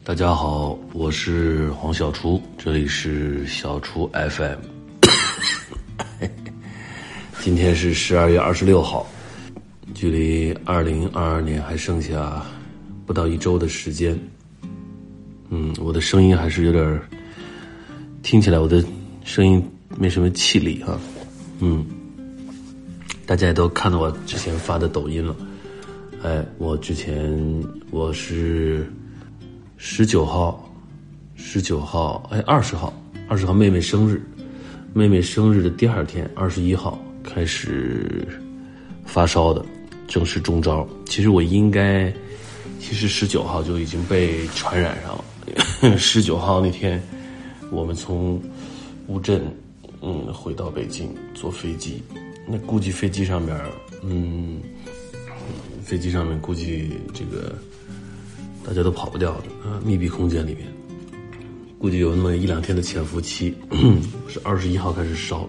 大家好，我是黄小厨，这里是小厨 FM。今天是12月26号，距离2022年还剩下不到1周的时间。我的声音还是有点，听起来我的声音没什么气力啊。大家也都看到我之前发的抖音了。我是19号，20号妹妹生日的第2天21号开始发烧的，正式中招。其实19号就已经被传染上了。19号那天我们从乌镇回到北京坐飞机，那估计飞机上面估计这个大家都跑不掉的密闭空间里面，估计有那么1-2天的潜伏期。是21号开始烧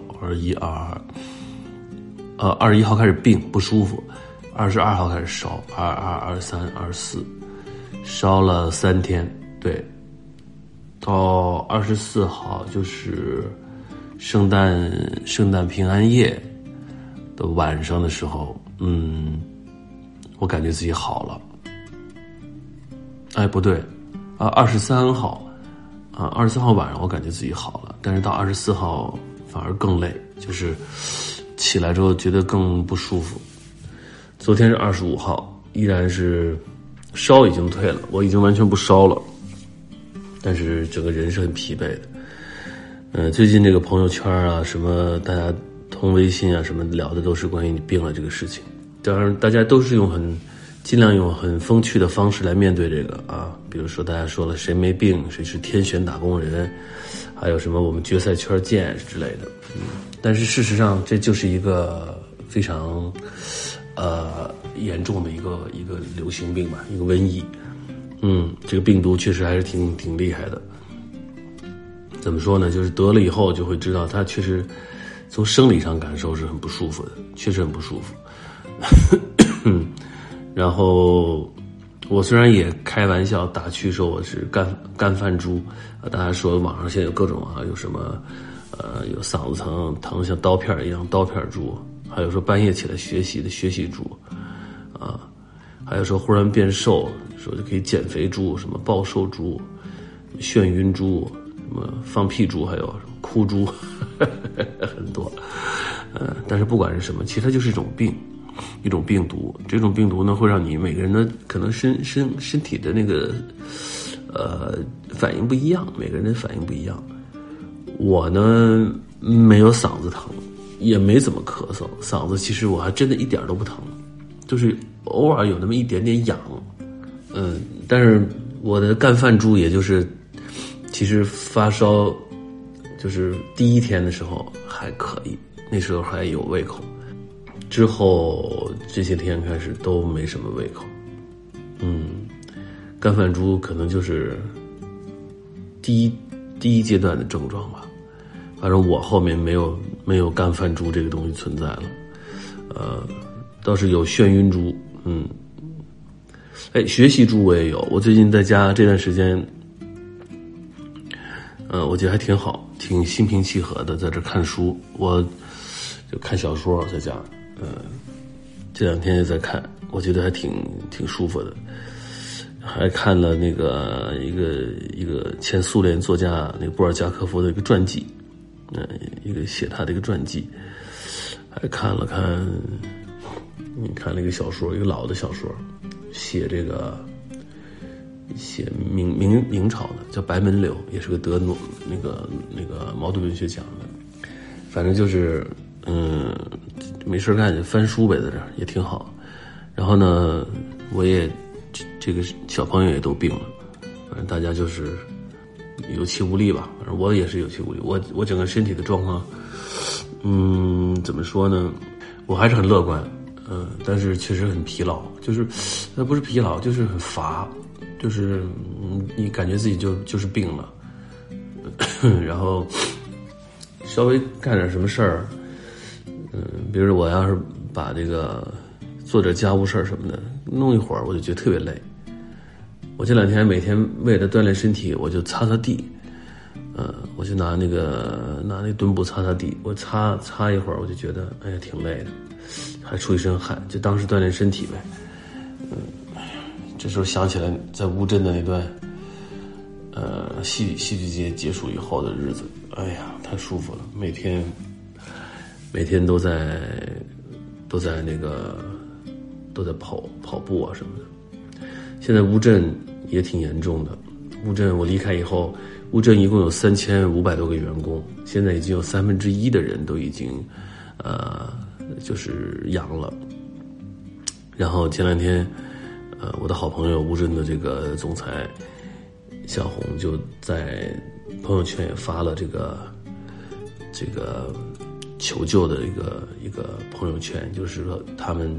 ，21号开始病不舒服，22号开始烧，22、23、24，烧了3天，对，到24号就是圣诞平安夜的晚上的时候，我感觉自己好了。不对，23号晚上我感觉自己好了，但是到24号反而更累，就是起来之后觉得更不舒服。昨天是25号，依然是烧已经退了，我已经完全不烧了，但是整个人是很疲惫的。最近这个朋友圈啊，什么大家通微信啊，什么聊的都是关于你病了这个事情。当然大家都是尽量用很风趣的方式来面对这个啊，比如说大家说了谁没病，谁是天选打工人，还有什么我们决赛圈见之类的。但是事实上这就是一个非常严重的一个流行病吧，一个瘟疫。这个病毒确实还是挺厉害的。怎么说呢，就是得了以后就会知道它确实从生理上感受是很不舒服的，确实很不舒服。然后我虽然也开玩笑打趣说我是干饭猪，大家说网上现在有各种有什么有嗓子疼像刀片一样刀片猪，还有说半夜起来学习的学习猪还有说忽然变瘦说就可以减肥猪，什么暴瘦猪、眩晕猪、什么放屁猪，还有什么哭猪很多。但是不管是什么，其实它就是一种病，一种病毒。这种病毒呢，会让你每个人的可能身体的那个反应不一样，每个人的反应不一样。我呢没有嗓子疼，也没怎么咳嗽，嗓子其实我还真的一点都不疼，就是偶尔有那么一点点痒。但是我的干饭猪也就是其实发烧就是第1天的时候还可以，那时候还有胃口，之后这些天开始都没什么胃口。干饭猪可能就是第一阶段的症状吧，反正我后面没有干饭猪这个东西存在了。倒是有眩晕猪。学习猪我也有，我最近在家这段时间我觉得还挺好，挺心平气和的，在这看书，我就看小说在家。这2天也在看，我觉得还挺舒服的。还看了那个一个前苏联作家那个布尔加科夫的一个传记，一个写他的一个传记。还看了一个小说，一个老的小说，写明朝的，叫白门柳，也是个得那个茅盾文学奖的。反正就是没事干就翻书呗，在这儿也挺好。然后呢，我也这个小朋友也都病了，反正大家就是有气无力吧。反正我也是有气无力，我整个身体的状况，怎么说呢？我还是很乐观，但是确实很疲劳，就是不是疲劳，就是很乏，就是你感觉自己就是病了，然后稍微干点什么事儿，比如说我要是把这个做点家务事儿什么的弄一会儿，我就觉得特别累。 我这2天每天为了锻炼身体，我就擦擦地，我就拿那墩布擦擦地，我擦一会儿，我就觉得哎呀挺累的，还出一身汗，就当是锻炼身体呗。这时候想起来在乌镇的那段戏剧节结束以后的日子，哎呀太舒服了，每天都在跑步啊什么的。现在乌镇也挺严重的，乌镇我离开以后，乌镇一共有3500多个员工，现在已经有1/3的人都已经就是阳了。然后前2天我的好朋友乌镇的这个总裁小红就在朋友圈也发了这个求救的一个朋友圈，就是说他们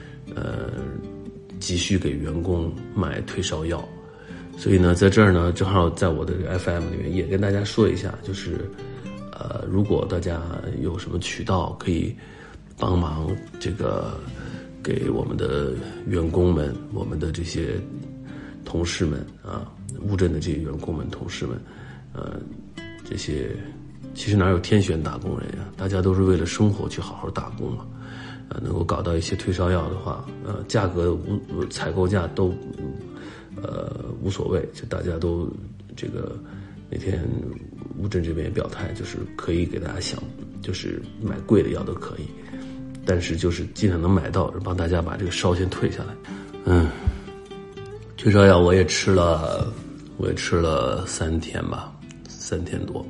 急需给员工买退烧药。所以呢在这儿呢正好在我的 FM 里面也跟大家说一下，就是如果大家有什么渠道可以帮忙这个给我们的员工们，我们的这些同事们啊，乌镇的这些员工们同事们，这些其实哪有天选打工人呀，大家都是为了生活去好好打工嘛。能够搞到一些退烧药的话，价格采购价都无所谓，就大家都这个那天乌镇这边也表态，就是可以给大家想，就是买贵的药都可以，但是就是尽量能买到，帮大家把这个烧先退下来。退烧药我也吃了3天吧，3天多。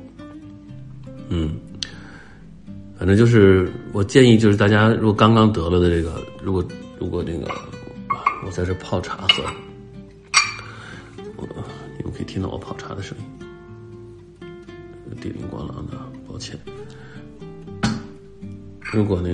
反正就是我建议，就是大家如果刚刚得了的这个，如果这个我在这泡茶喝，你们可以听到我泡茶的声音，叮铃咣啷的，抱歉。如果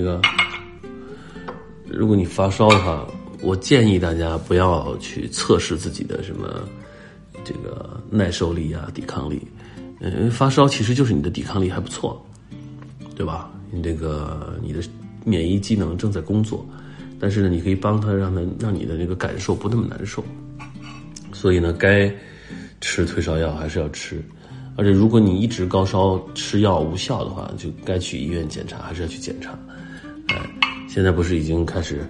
你发烧的话，我建议大家不要去测试自己的什么这个耐受力啊、抵抗力。发烧其实就是你的抵抗力还不错，对吧？你的免疫机能正在工作，但是呢，你可以帮他让你的那个感受不那么难受。所以呢，该吃退烧药还是要吃，而且如果你一直高烧吃药无效的话，就该去医院检查，还是要去检查。现在不是已经开始，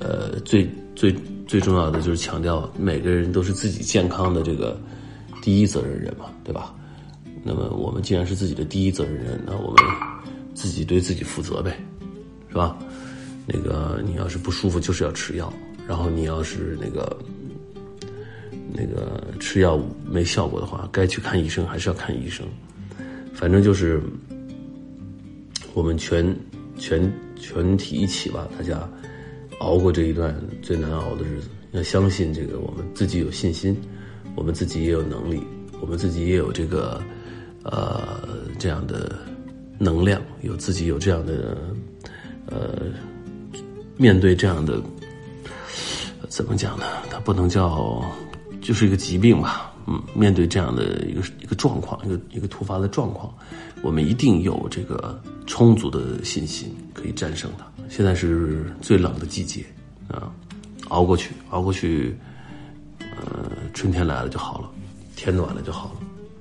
最重要的就是强调每个人都是自己健康的这个第一责任人嘛，对吧？那么我们既然是自己的第一责任人，那我们自己对自己负责呗，是吧？你要是不舒服就是要吃药，然后你要是那个吃药没效果的话，该去看医生还是要看医生。反正就是我们全体一起吧，大家熬过这一段最难熬的日子。要相信这个，我们自己有信心，我们自己也有能力，我们自己也有这个这样的能量，自己有这样的面对这样的怎么讲呢？它不能叫就是一个疾病吧，面对这样的一个状况，一个突发的状况，我们一定有这个充足的信心可以战胜它。现在是最冷的季节啊，熬过去，春天来了就好了，天暖了就好了。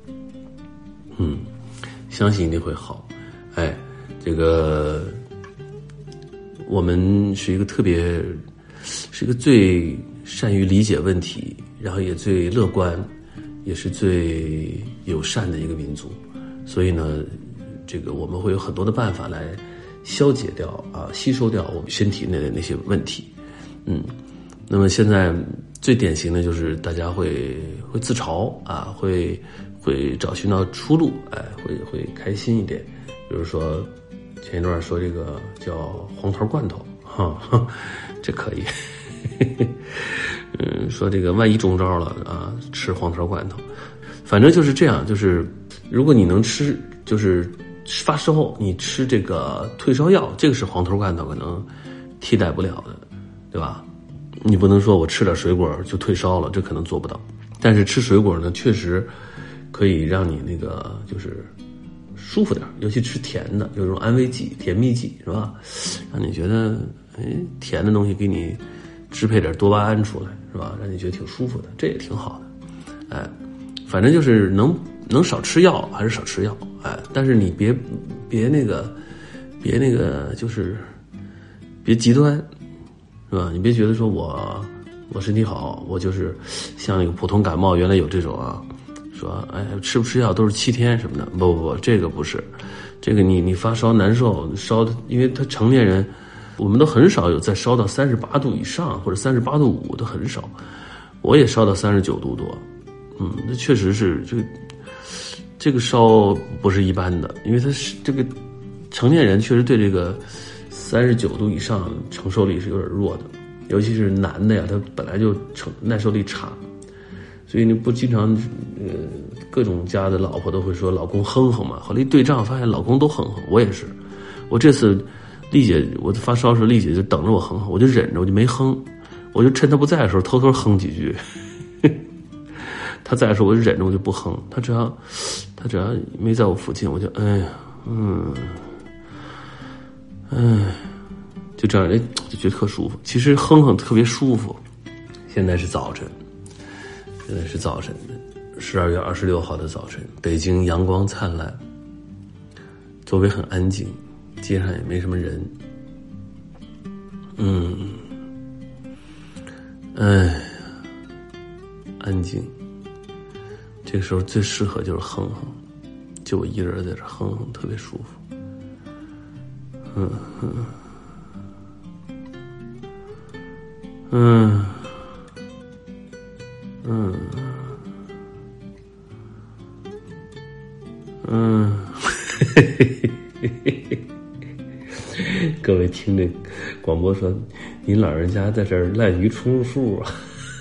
相信一定会好。这个我们是一个最善于理解问题，然后也最乐观，也是最友善的一个民族。所以呢，这个我们会有很多的办法来消解掉吸收掉我们身体内的那些问题。那么现在最典型的就是大家会自嘲会找寻到出路，会开心一点。比如说前一段说这个叫黄桃罐头，这可以。说这个万一中招了吃黄桃罐头。反正就是这样，就是如果你能吃，就是发烧你吃这个退烧药，这个是黄桃罐头可能替代不了的，对吧？你不能说我吃点水果就退烧了，这可能做不到。但是吃水果呢，确实可以让你就是舒服点，尤其吃甜的，有这种安慰剂、甜蜜剂，是吧？让你觉得甜的东西给你支配点多巴胺出来，是吧？让你觉得挺舒服的，这也挺好的。 反正就是能少吃药还是少吃药，但是你别那个就是别极端，是吧？你别觉得说我身体好，我就是像那个普通感冒原来有这种说吃不吃药都是7天什么的，不，这个不是，这个你发烧难受烧的，因为他成年人我们都很少有再烧到38度以上或者38度5都很少，我也烧到39度多，那确实是这个烧不是一般的，因为他是这个成年人确实对这个39度以上承受力是有点弱的，尤其是男的呀，他本来就耐受力差，所以你不经常各种家的老婆都会说老公哼哼嘛，后来一对账发现老公都哼哼，我也是，我这次丽姐我发烧的时候，丽姐就等着我哼哼，我就忍着，我就没哼，我就趁她不在的时候偷偷哼几句。她在的时候我就忍着，我就不哼。她只要没在我附近，我就就这样，就觉得特舒服。其实哼哼特别舒服。现在是早晨，12月26号的早晨，北京阳光灿烂，周围很安静，街上也没什么人。安静。这个时候最适合就是哼哼，就我一人在这哼哼，特别舒服。各位听这广播说，您老人家在这儿滥竽充数啊。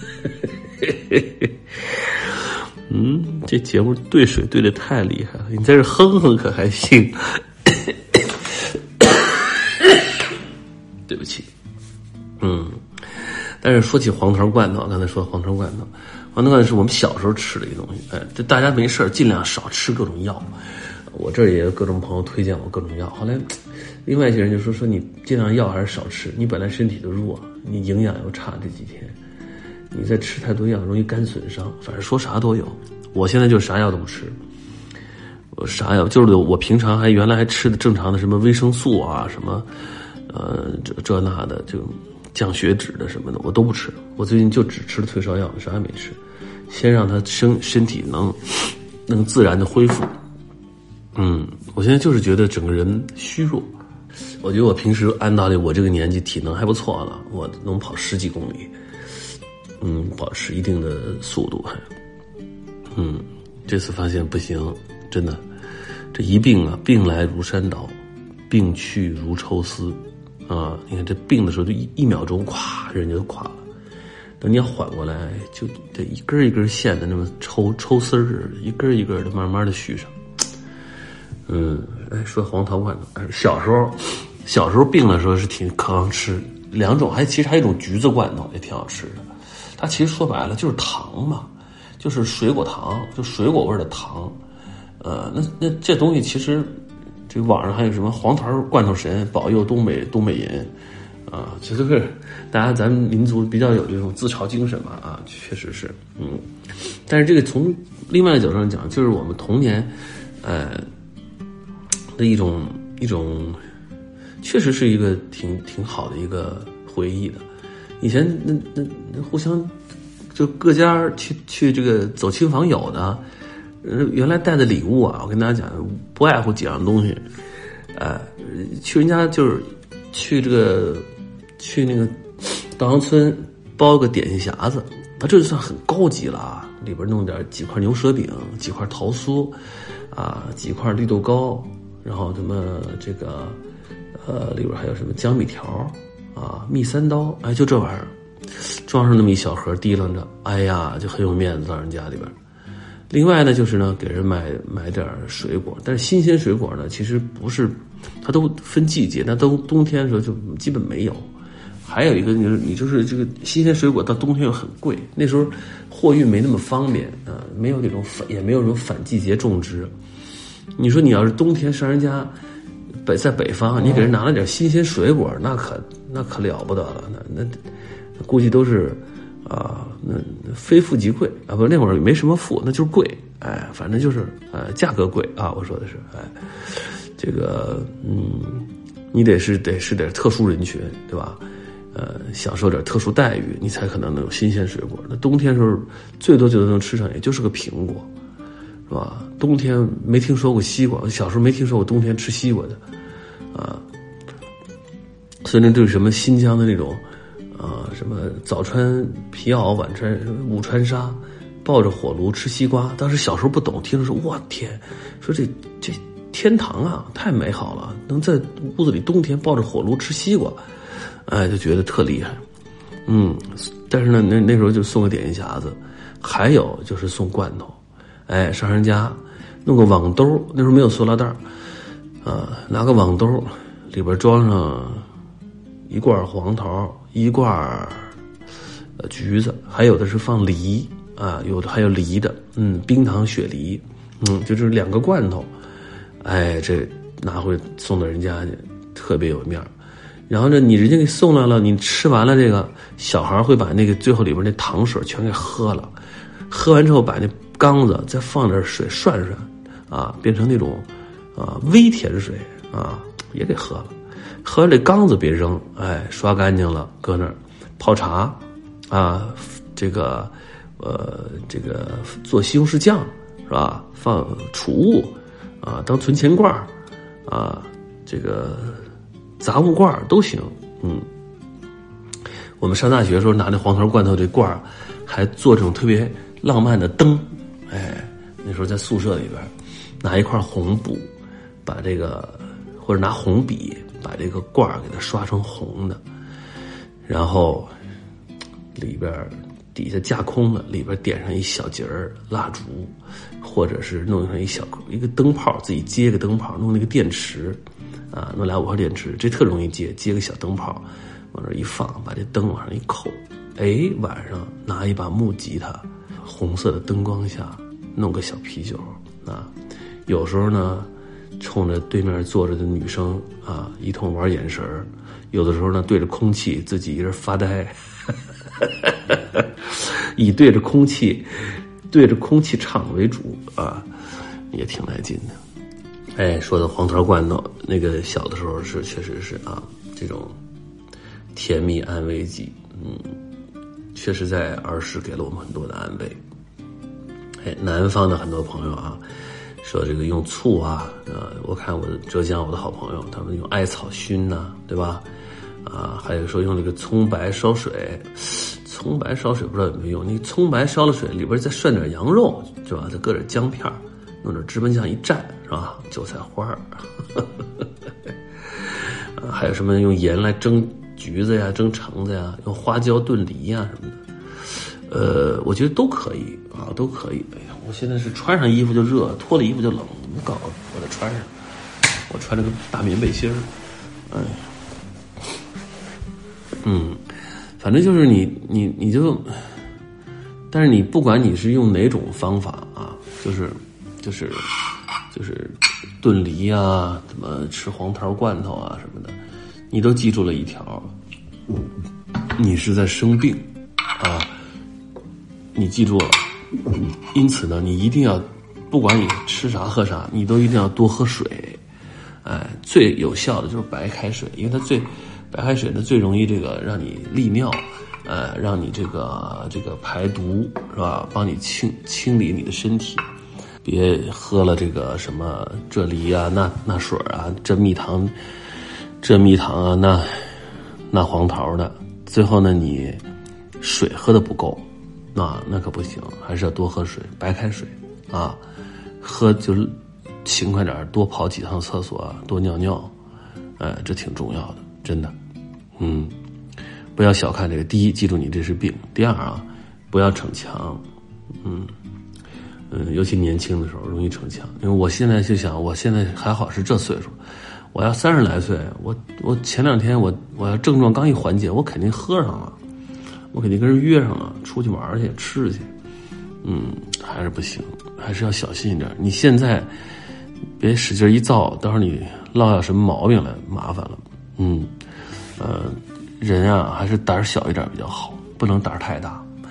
这节目兑水兑得太厉害了，你在这哼哼可还行。对不起。但是说起黄桃罐头，刚才说黄桃罐头是我们小时候吃的一个东西，这大家没事尽量少吃各种药。我这儿也有各种朋友推荐我各种药，后来另外一些人就说你尽量药还是少吃，你本来身体就弱，你营养又差，这几天你再吃太多药容易肝损伤，反正说啥都有。我现在就啥药都不吃，我啥药就是我平常原来还吃的正常的什么维生素啊，什么这那的，就降血脂的什么的我都不吃。我最近就只吃了退烧药，啥也没吃，先让他身体能自然的恢复。我现在就是觉得整个人虚弱。我觉得我平时按道理我这个年纪体能还不错了，我能跑10几公里，保持一定的速度还。这次发现不行，真的，这一病病来如山倒，病去如抽丝啊！你看这病的时候就一秒钟，咵，人就垮了。等你要缓过来，就得一根一根线的那么抽丝儿，一根一根的慢慢的续上。说黄桃罐头，小时候病的时候是挺可吃2种，其实还有一种橘子罐头也挺好吃的。它其实说白了就是糖嘛，就是水果糖，就水果味的糖。那这东西其实，这个网上还有什么黄桃罐头神保佑东北人啊，这都是咱们民族比较有这种自嘲精神嘛确实是。但是这个从另外的角度上讲，就是我们童年的一种确实是一个挺好的一个回忆的。以前那互相就各家去这个走亲访友的，原来带的礼物我跟大家讲不外乎几样东西。去人家就是去那个稻香村包个点心匣子，这就算很高级了里边弄点几块牛舌饼，几块桃酥几块绿豆糕，然后什么这个里边还有什么江米条蜜三刀，就这玩意儿装上那么一小盒提楞着，就很有面子到人家里边。另外呢就是呢给人买点水果，但是新鲜水果呢其实不是，它都分季节，那冬天的时候就基本没有。还有一个你就是这个新鲜水果到冬天又很贵，那时候货运没那么方便没有这种也没有这种反季节种植。你说你要是冬天上人家在北方，你给人拿了点新鲜水果，那可了不得了，那估计都是那非富即贵啊，不，那会儿没什么富，那就是贵，哎，反正就是价格贵啊，我说的是，哎，这个你得是点特殊人群，对吧？享受点特殊待遇，你才可能能有新鲜水果。那冬天时候最多能吃上也就是个苹果，是吧？冬天没听说过西瓜，小时候没听说过冬天吃西瓜的，所以那对什么新疆的那种什么早穿皮袄晚穿午穿纱，抱着火炉吃西瓜，当时小时候不懂，听着说我天，说这天堂啊，太美好了，能在屋子里冬天抱着火炉吃西瓜，哎，就觉得特厉害。但是呢，那时候就送个点心匣子，还有就是送罐头，哎，上人家弄个网兜，那时候没有塑料袋拿个网兜，里边装上一罐黄桃，一罐橘子，还有的是放梨啊，有的还有梨的，冰糖雪梨，就是2个罐头，哎，这拿回送到人家去，特别有面儿。然后呢，人家给送来了，你吃完了这个，小孩会把那个最后里边那糖水全给喝了，喝完之后把那缸子再放点水涮变成那种微甜水也给喝了。喝完这缸子别扔，哎，刷干净了，搁那儿泡茶这个做西红柿酱是吧？放储物当存钱罐这个杂物罐都行。我们上大学的时候拿那黄桃罐头这罐还做这种特别浪漫的灯，哎，那时候在宿舍里边拿一块红布，把这个或者拿红笔把这个罐给它刷成红的，然后里边底下架空了，里边点上一小节蜡烛，或者是弄上一个灯泡，自己接个灯泡，弄那个电池弄俩5号电池，这特容易接个小灯泡往这一放，把这灯往上一扣，哎，晚上拿一把木吉他，红色的灯光下弄个小啤酒有时候呢冲着对面坐着的女生一通玩眼神，有的时候呢对着空气自己一人发呆以对着空气唱为主也挺来劲的。哎，说到黄桃罐头，那个小的时候确实是这种甜蜜安慰剂，确实在儿时给了我们很多的安慰。哎，南方的很多朋友说这个用醋我看我的浙江我的好朋友他们用艾草熏对吧？还有说用这个葱白烧水，葱白烧水不知道有没有用，你葱白烧了水里边再涮点羊肉，是吧？再搁点姜片，弄点芝麻酱一蘸，是吧？韭菜花还有什么用盐来蒸橘子呀，蒸橙子呀，用花椒炖梨呀什么的，我觉得都可以都可以。哎呀，我现在是穿上衣服就热，脱了衣服就冷，怎么搞？我得穿上，我穿着个大棉背心哎。反正就是你就，但是你不管你是用哪种方法就是炖梨怎么吃黄桃罐头什么的，你都记住了一条，你是在生病你记住了，因此呢，你一定要不管你吃啥喝啥，你都一定要多喝水，最有效的就是白开水，因为白开水呢最容易这个让你利尿，让你这个排毒是吧？帮你清理你的身体，别喝了这个什么这梨那水这蜜糖那黄桃的，最后呢你水喝的不够，那可不行，还是要多喝水，白开水喝就勤快点，多跑几趟厕所，多尿尿，这挺重要的，真的。不要小看这个，第一记住你这是病，第二不要逞强，尤其年轻的时候容易逞强。因为我现在就想，我现在还好是这岁数，我要30来岁，我前2天我要症状刚一缓解，我肯定喝上了，我肯定跟人约上了，出去玩去吃去，还是不行，还是要小心一点。你现在别使劲一造，到时候你落下什么毛病来，麻烦了。人还是胆小一点比较好，不能胆太大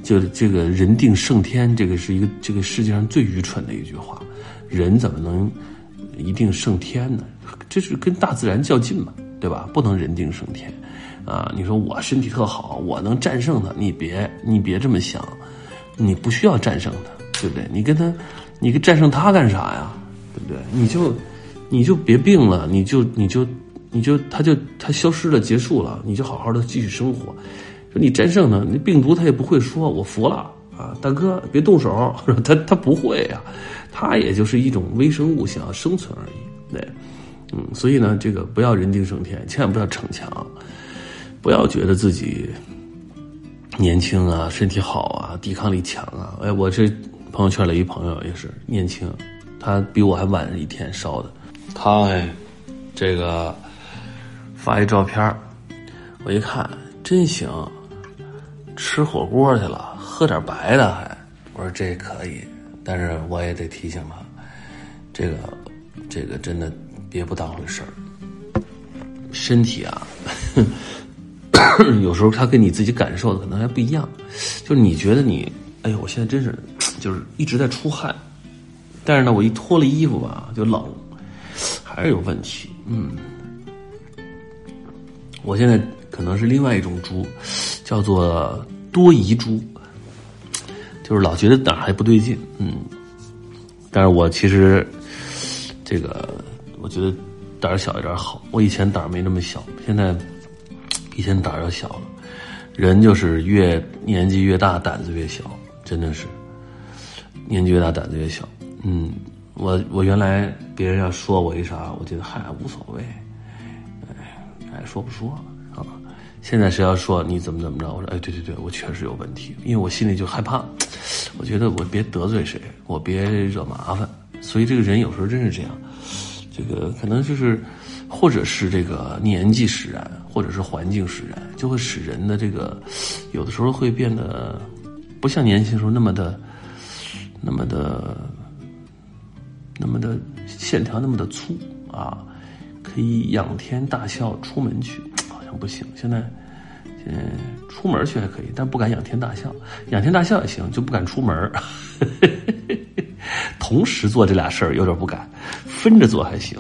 就这个人定胜天，这个是这个世界上最愚蠢的一句话。人怎么能一定胜天呢？这是跟大自然较劲嘛，对吧？不能人定胜天啊！你说我身体特好，我能战胜他，你别这么想，你不需要战胜他，对不对？你战胜他干啥呀？对不对？你就别病了，他消失了，结束了，你就好好的继续生活。说你战胜他，那病毒他也不会说我服了啊，大哥别动手，他不会啊，他也就是一种微生物想要生存而已，对，所以呢，这个不要人定胜天，千万不要逞强，不要觉得自己年轻啊，身体好啊，抵抗力强啊。哎，我这朋友圈里一朋友也是年轻，他比我还晚一天烧的，他这个发一照片，我一看真行，吃火锅去了，喝点白的还，我说这可以，但是我也得提醒他，这个真的别不当回事儿，身体啊有时候他跟你自己感受的可能还不一样，就是你觉得你哎呦我现在真是就是一直在出汗，但是呢我一脱了衣服吧就冷，还是有问题。我现在可能是另外一种猪，叫做多疑猪，就是老觉得哪儿还不对劲。但是我其实这个我觉得胆儿小一点好，我以前胆儿没那么小，现在比以前胆儿要小了。人就是越年纪越大胆子越小，真的是年纪越大胆子越小。我原来别人要说我一啥，我觉得嗨无所谓，说不说啊？现在谁要说你怎么着，我说哎对，我确实有问题，因为我心里就害怕，我觉得我别得罪谁，我别惹麻烦，所以这个人有时候真是这样，这个可能就是或者是这个年纪使然，或者是环境使然，就会使人的这个有的时候会变得不像年轻时候那么的线条那么的粗啊，可以仰天大笑出门去，好像不行。现在出门去还可以，但不敢仰天大笑。仰天大笑也行，就不敢出门。同时做这俩事儿有点不敢，分着做还行。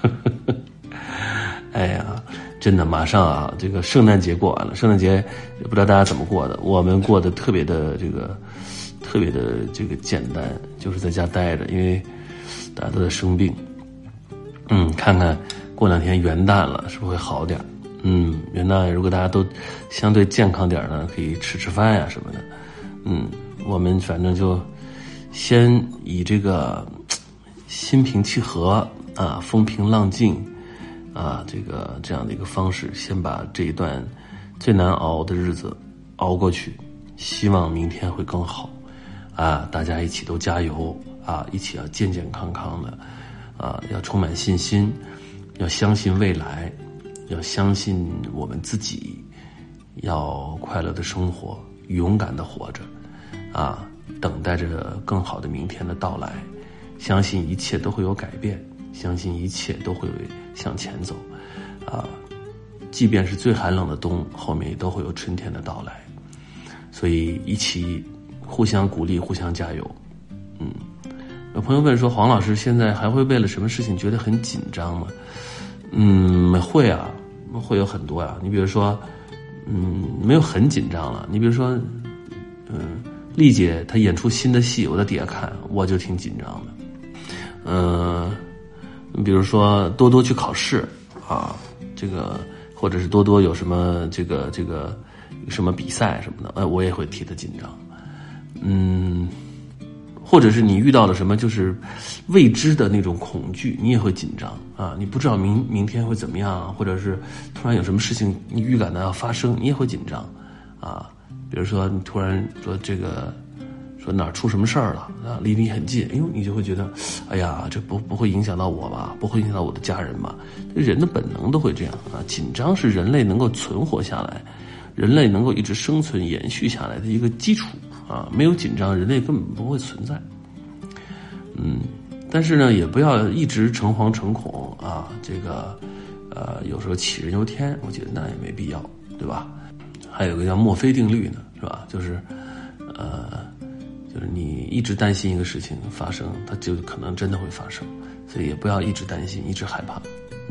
哎呀，真的马上啊，这个圣诞节过完了，圣诞节不知道大家怎么过的，我们过得特别的这个简单，就是在家待着，因为大家都在生病。看看过两天元旦了，是不是会好点？元旦如果大家都相对健康点呢，可以吃饭呀什么的。我们反正就先以这个心平气和啊，风平浪静啊，这样的一个方式，先把这一段最难熬的日子熬过去，希望明天会更好啊！大家一起都加油啊！一起要健健康康的啊！要充满信心，要相信未来，要相信我们自己，要快乐的生活，勇敢的活着啊！等待着更好的明天的到来，相信一切都会有改变，相信一切都会向前走啊！即便是最寒冷的冬，后面也都会有春天的到来，所以一起互相鼓励，互相加油。有朋友问说，黄老师现在还会为了什么事情觉得很紧张吗？会啊，会有很多呀。你比如说，没有很紧张了。你比如说，丽姐她演出新的戏，我在底下看，我就挺紧张的。比如说多多去考试啊，这个或者是多多有什么这个什么比赛什么的，我也会替他紧张。或者是你遇到了什么就是未知的那种恐惧，你也会紧张啊！你不知道明天会怎么样，或者是突然有什么事情你预感到要发生，你也会紧张啊！比如说你突然说哪儿出什么事儿了啊，离你很近，你就会觉得，哎呀，这不会影响到我吧？不会影响到我的家人吧？人的本能都会这样啊！紧张是人类能够存活下来，人类能够一直生存延续下来的一个基础啊！没有紧张，人类根本不会存在。但是呢，也不要一直诚惶诚恐啊！有时候杞人忧天，我觉得那也没必要，对吧？还有个叫墨菲定律呢，是吧？就是就是你一直担心一个事情发生，它就可能真的会发生，所以也不要一直担心，一直害怕。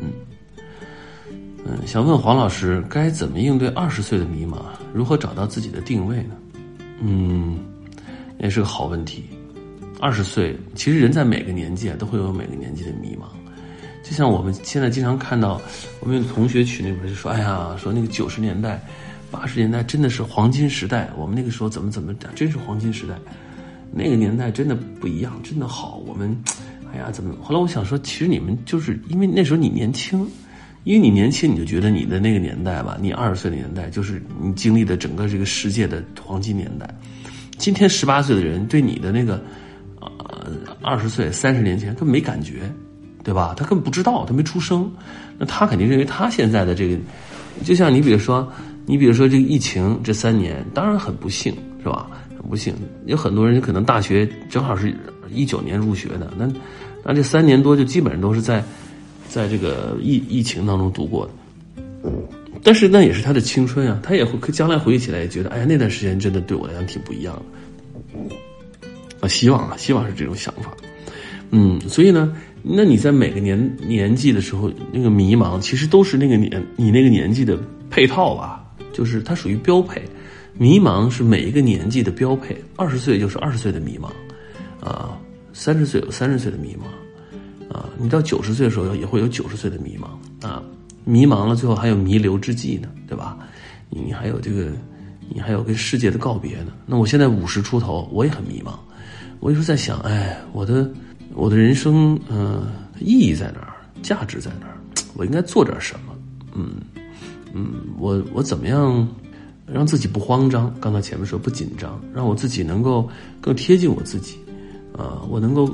想问黄老师，该怎么应对20岁的迷茫？如何找到自己的定位呢？也是个好问题。20岁，其实人在每个年纪都会有每个年纪的迷茫。就像我们现在经常看到，我们同学群里边就说，哎呀，说那个90年代、80年代真的是黄金时代，我们那个时候怎么真是黄金时代，那个年代真的不一样，真的好。我们，哎呀，怎么？后来我想说，其实你们就是因为那时候你年轻。因为你年轻，你就觉得你的那个年代吧，你20岁的年代就是你经历的整个这个世界的黄金年代。今天18岁的人对你的那个20岁30年前根本没感觉，对吧？他根本不知道，他没出生，那他肯定认为他现在的这个，就像你比如说这个疫情这3年，当然很不幸，是吧？很不幸，有很多人可能大学正好是19年入学的，那这3年多就基本上都是在这个疫情当中度过的，但是那也是他的青春啊，他也会将来回忆起来也觉得，哎呀，那段时间真的对我来讲挺不一样的。希望是这种想法。所以呢，那你在每个年纪的时候，那个迷茫其实都是你那个年纪的配套吧，就是它属于标配。迷茫是每一个年纪的标配，20岁就是20岁的迷茫，30岁有30岁的迷茫。你到90岁的时候也会有90岁的迷茫啊，迷茫了，最后还有弥留之际呢，对吧？你还有跟世界的告别呢。那我现在50出头，我也很迷茫。我有时候在想，哎，我的人生，意义在哪儿？价值在哪儿？我应该做点什么？我怎么样让自己不慌张？刚才前面说不紧张，让我自己能够更贴近我自己，我能够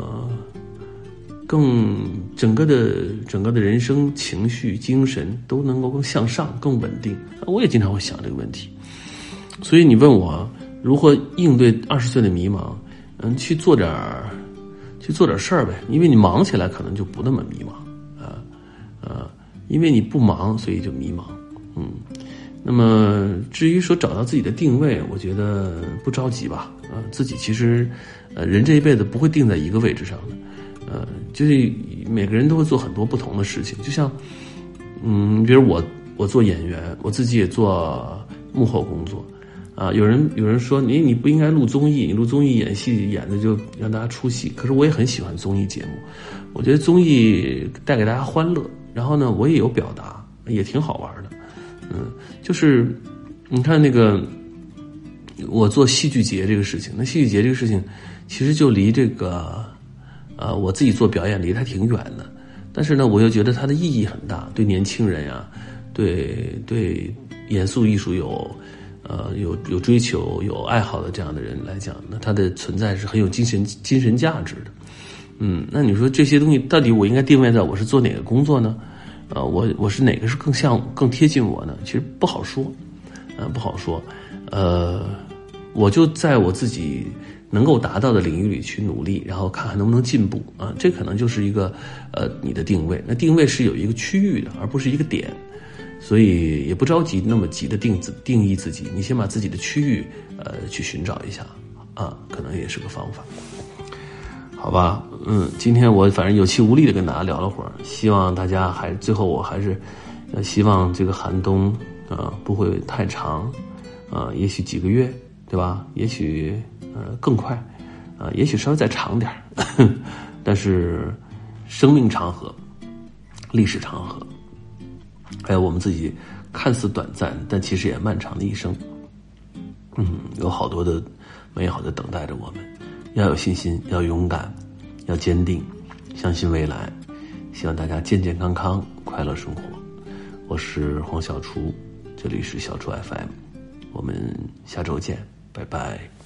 更整个的人生情绪精神都能够更向上更稳定。我也经常会想这个问题，所以你问我如何应对20岁的迷茫，去做点事儿呗，因为你忙起来可能就不那么迷茫因为你不忙所以就迷茫。那么至于说找到自己的定位，我觉得不着急吧，自己其实人这一辈子不会定在一个位置上的。就是每个人都会做很多不同的事情，就像，比如我做演员，我自己也做幕后工作，有人说你不应该录综艺，你录综艺演戏演的就让大家出戏，可是我也很喜欢综艺节目，我觉得综艺带给大家欢乐，然后呢，我也有表达，也挺好玩的，就是你看那个我做戏剧节这个事情，那戏剧节这个事情其实就离这个。我自己做表演离它挺远的，但是呢，我又觉得它的意义很大，对年轻人呀，对严肃艺术有追求、有爱好的这样的人来讲，那它的存在是很有精神价值的。那你说这些东西到底我应该定位在我是做哪个工作呢？我是哪个是更贴近我呢？其实不好说，不好说。我就在我自己能够达到的领域里去努力，然后看看能不能进步这可能就是一个你的定位。那定位是有一个区域的，而不是一个点，所以也不着急那么急的定义自己，你先把自己的区域去寻找一下可能也是个方法。好吧，今天我反正有气无力的跟大家聊了会儿，希望大家最后我还是希望这个寒冬不会太长也许几个月，对吧？也许更快也许稍微再长点但是生命长河，历史长河，还有我们自己看似短暂但其实也漫长的一生，有好多的美好的等待着我们。要有信心，要勇敢，要坚定，相信未来。希望大家健健康康，快乐生活。我是黄小厨，这里是小厨 FM， 我们下周见，拜拜。